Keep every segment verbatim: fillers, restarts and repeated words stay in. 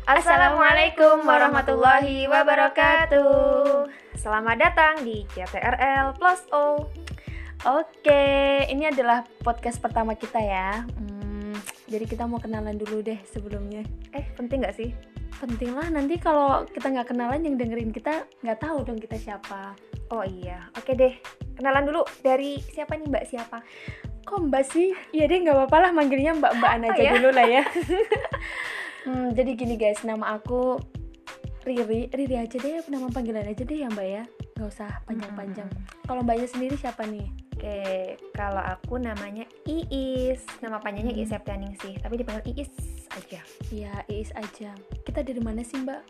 Assalamualaikum warahmatullahi wabarakatuh. Selamat datang di C T R L plus O. Oke, ini adalah podcast pertama kita ya. hmm, Jadi kita mau kenalan dulu deh sebelumnya. Eh, penting gak sih? Penting lah, nanti kalau kita gak kenalan yang dengerin kita gak tahu dong kita siapa. Oh iya, oke deh. Kenalan dulu dari siapa nih, Mbak siapa? Kok Mbak sih? Iya deh, gak apa-apa lah manggilnya Mbak-Mbak aja Oh, ya? dulu lah ya. hmm, Jadi gini guys, nama aku Riri. Riri aja deh, nama panggilan aja deh ya Mbak ya. Gak usah panjang-panjang. Hmm. Kalau Mbaknya sendiri siapa nih? Oke, kalau aku namanya Iis. Nama panjangnya Hmm. Iis Septianing sih, tapi dipanggil Iis aja. Iya, Iis aja. Kita dari mana sih Mbak?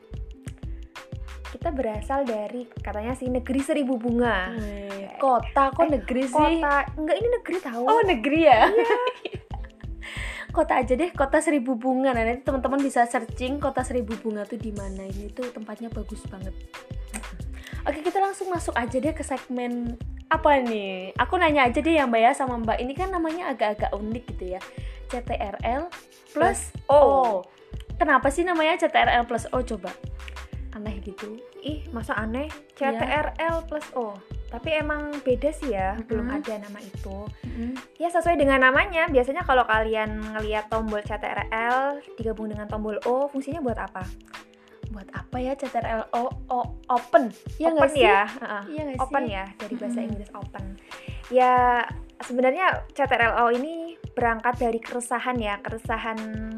Kita berasal dari katanya sih negeri seribu bunga. Weh, kota kok Eh, negeri sih? Kota, enggak ini negeri tahu. Oh negeri ya? Iya. Kota aja deh, kota seribu bunga. Nah nanti teman-teman bisa searching kota seribu bunga tuh di mana. Ini tuh tempatnya bagus banget. Oke, kita langsung masuk aja deh ke segmen apa nih? Aku nanya aja deh ya Mbak ya sama Mbak. Ini kan namanya agak-agak unik gitu ya. C T R L plus O. Kenapa sih namanya C T R L plus O coba? Aneh gitu. Ih, masa aneh? C T R L plus O. Tapi emang beda sih ya, Mm-hmm. belum ada nama itu. Mm-hmm. Ya sesuai dengan namanya. Biasanya kalau kalian ngelihat tombol C T R L digabung dengan tombol O, fungsinya buat apa? Buat apa ya C T R L O? O open. Ya Open nggak sih? ya. Uh-uh. Iya nggak Open sih? ya, dari bahasa Mm-hmm. Inggris open. Ya sebenarnya C T R L O ini berangkat dari keresahan ya, keresahan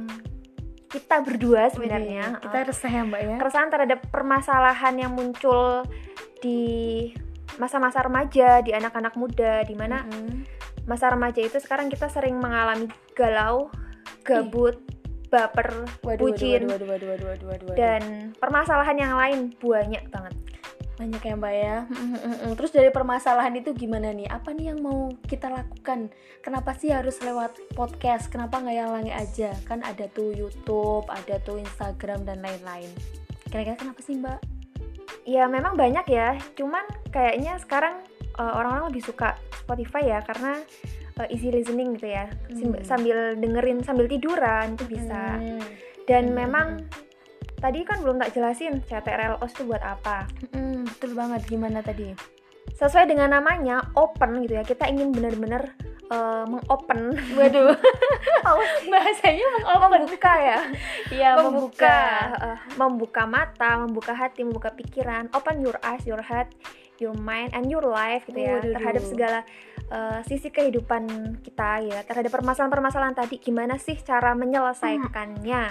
kita berdua sebenarnya. Wih, kita resah ya Mbak ya. Keresahan terhadap permasalahan yang muncul di masa-masa remaja, di anak-anak muda, di mana Mm-hmm. masa remaja itu sekarang kita sering mengalami galau, gabut, baper, Waduh, bucin, waduh, waduh, waduh, waduh, waduh, waduh, waduh. dan permasalahan yang lain banyak banget. Banyak ya Mbak ya. Terus dari permasalahan itu gimana nih? Apa nih yang mau kita lakukan? Kenapa sih harus lewat podcast? Kenapa nggak yang lain aja? Kan ada tuh YouTube, ada tuh Instagram dan lain-lain. Kira-kira kenapa sih Mbak? Ya memang banyak ya, cuman kayaknya sekarang uh, orang-orang lebih suka Spotify ya, karena uh, easy listening gitu ya. Sim- Hmm. sambil dengerin sambil tiduran itu bisa. Hmm. Dan Hmm. memang tadi kan belum tak jelasin C T R L O itu buat apa. Hmm, betul banget. Gimana tadi? Sesuai dengan namanya open gitu ya, kita ingin benar-benar uh, mengopen. Waduh. Bahasanya mengopen. Membuka ya. Iya, membuka uh, membuka mata, membuka hati, membuka pikiran, open your eyes, your heart, your mind and your life gitu ya. Waduh. Terhadap segala uh, sisi kehidupan kita ya, terhadap permasalahan-permasalahan tadi gimana sih cara menyelesaikannya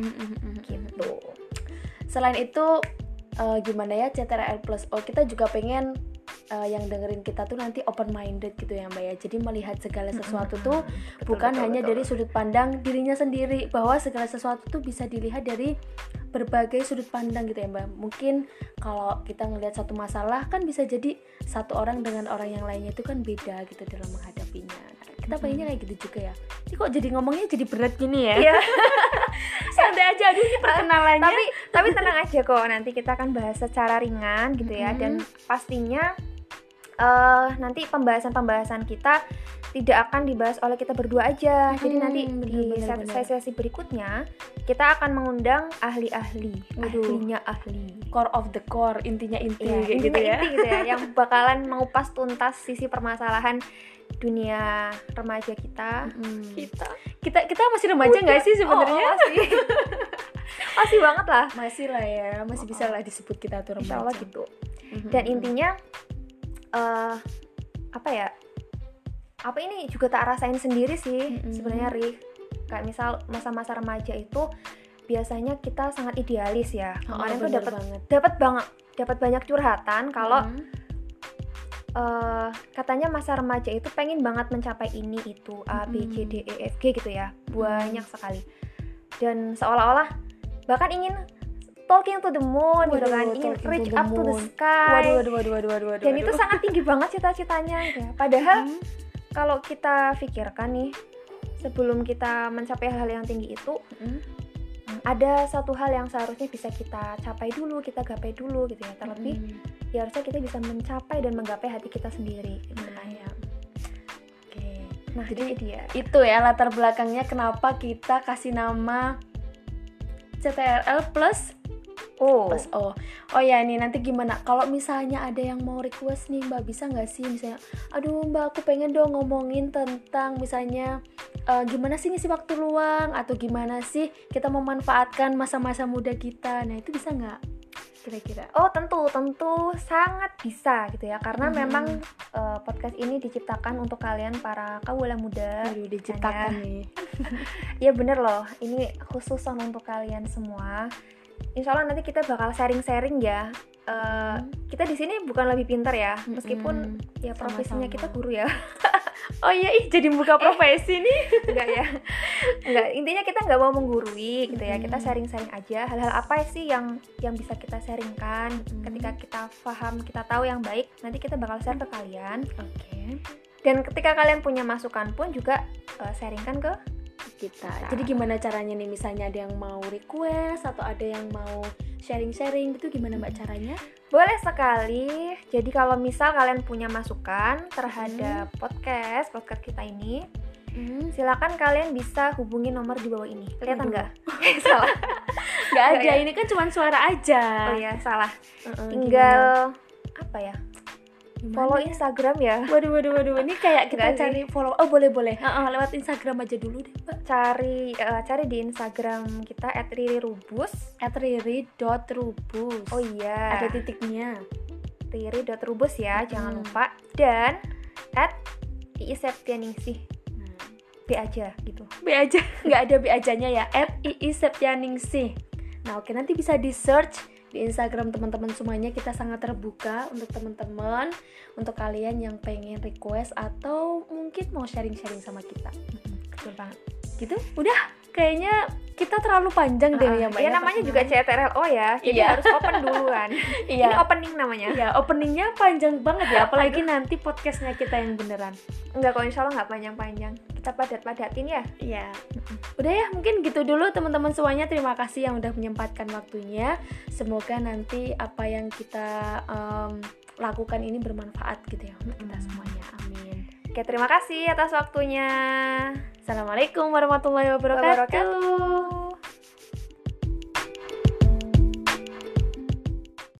gitu. Selain itu uh, gimana ya C T R L plus O, kita juga pengen uh, yang dengerin kita tuh nanti open minded gitu ya Mbak ya. Jadi melihat segala sesuatu tuh Betul, bukan betul, hanya betul. dari sudut pandang dirinya sendiri, bahwa segala sesuatu tuh bisa dilihat dari berbagai sudut pandang gitu ya Mbak. Mungkin kalau kita ngelihat satu masalah kan bisa jadi satu orang dengan orang yang lainnya itu kan beda gitu dalam menghadapinya. Nah, kita pengennya kayak gitu juga ya. Ini kok jadi ngomongnya jadi berat gini ya? Iya. Santai aja, aduh ini perkenalannya. tapi tapi tenang aja kok, nanti kita akan bahas secara ringan gitu ya. Mm-hmm. Dan pastinya uh, nanti pembahasan-pembahasan kita tidak akan dibahas oleh kita berdua aja. Hmm, Jadi nanti bener, di bener, bener. sesi-sesi berikutnya kita akan mengundang ahli-ahli, Waduh. ahlinya ahli. Core of the core, intinya inti Iya, kayak intinya gitu ya. inti gitu ya, yang bakalan mengupas tuntas sisi permasalahan dunia remaja kita. Hmm. Kita Kita kita masih remaja nggak sih sebenarnya? Oh, masih. masih banget lah. Masih lah ya, masih bisa lah disebut kita tuh Insya remaja. Allah gitu. Mhm. Dan intinya uh, apa ya? Apa ini juga tak rasain sendiri sih Mm-mm. sebenarnya, Ri. Kayak misal masa-masa remaja itu biasanya kita sangat idealis ya. Oh, Kemarin tuh bener dapat banget. dapat banget dapat banyak curhatan kalau Mhm. uh, katanya masa remaja itu pengen banget mencapai ini itu A B C D E F G gitu ya. Banyak sekali. Dan seolah-olah bahkan ingin talking to the moon gitu Waduh, kan, ingin talking to reach the up to the moon. sky. Waduh, waduh, waduh, waduh, waduh, waduh. Dan itu sangat tinggi banget cita-citanya gitu ya. Padahal Mhm. kalau kita pikirkan nih, sebelum kita mencapai hal yang tinggi itu, Mhm. ada satu hal yang seharusnya bisa kita capai dulu, kita gapai dulu gitu ya. Terlebih Mhm. ya harusnya kita bisa mencapai dan menggapai hati kita sendiri gitu Nah, kan. ya. Oke. Nah, Jadi itu dia. itu ya latar belakangnya kenapa kita kasih nama C T R L plus Oh, plus O. Oh ya, ini nanti gimana? Kalau misalnya ada yang mau request nih, Mbak, bisa nggak sih misalnya, aduh Mbak, aku pengen dong ngomongin tentang misalnya uh, gimana sih ngisi waktu luang, atau gimana sih kita memanfaatkan masa-masa muda kita. Nah, itu bisa nggak kira-kira? oh tentu tentu sangat bisa gitu ya, karena Hmm. memang uh, podcast ini diciptakan untuk kalian para kaula muda. Aduh, diciptakan nih. Ya bener loh, ini khususan untuk kalian semua. Insya Allah nanti kita bakal sharing-sharing ya. Uh, Hmm. Kita di sini bukan lebih pintar ya, Mm-mm. meskipun ya profesinya Sama-sama. kita guru ya. Oh iya, ih, jadi buka profesi nih. Enggak ya, enggak, intinya kita nggak mau menggurui gitu ya, kita Mm-mm. sharing-sharing aja hal-hal apa sih yang yang bisa kita sharingkan. Mm-mm. Ketika kita paham, kita tahu yang baik, nanti kita bakal share ke kalian. Oke, Dan ketika kalian punya masukan pun juga uh, sharingkan ke kita. Kita. Jadi gimana caranya nih, misalnya ada yang mau request atau ada yang mau sharing-sharing gitu, gimana Mbak caranya? boleh sekali. Jadi kalau misal kalian punya masukan terhadap podcast podcast kita ini, Hmm. silakan kalian bisa hubungi nomor di bawah ini. Kelihatan Waduh. nggak? Salah. Nggak ada, Nggak ya? ini kan cuma suara aja. Oh iya, salah. Uh-uh, Tinggal apa ya? gimana? Follow Gimana? Instagram ya. Waduh, waduh, waduh, ini kayak kita Nggak sih. cari follow. Oh, boleh, boleh. Uh-uh, lewat Instagram aja dulu deh, Mbak. Cari eh, cari di Instagram kita et riri rubus. at riri dot rubus. Oh iya. Ada titiknya. riri dot rubus ya, Hmm. jangan lupa. Dan at iiseptianingsih. Nah, B aja gitu. B aja, nggak ada B aja-nya ya. at iiseptianingsih. Nah, oke, nanti bisa di search di Instagram teman-teman semuanya. Kita sangat terbuka untuk teman-teman, untuk kalian yang pengen request atau mungkin mau sharing-sharing sama kita. Betul banget. Gitu, udah. Kayaknya kita terlalu panjang deh Ah, ya, Mbak. ya namanya juga C T R L O ya, jadi Iya. harus open duluan. Iya. Ini opening namanya. Ya, openingnya panjang banget ya, apalagi nanti podcastnya kita yang beneran. Enggak kok, insya Allah nggak panjang-panjang. Kita padat-padatin ya. Iya. Udah ya, mungkin gitu dulu teman-teman semuanya. Terima kasih yang udah menyempatkan waktunya. Semoga nanti apa yang kita em, lakukan ini bermanfaat gitu ya untuk kita semuanya. Amin. Oke, terima kasih atas waktunya. Assalamualaikum warahmatullahi wabarakatuh. Wabarakatuh.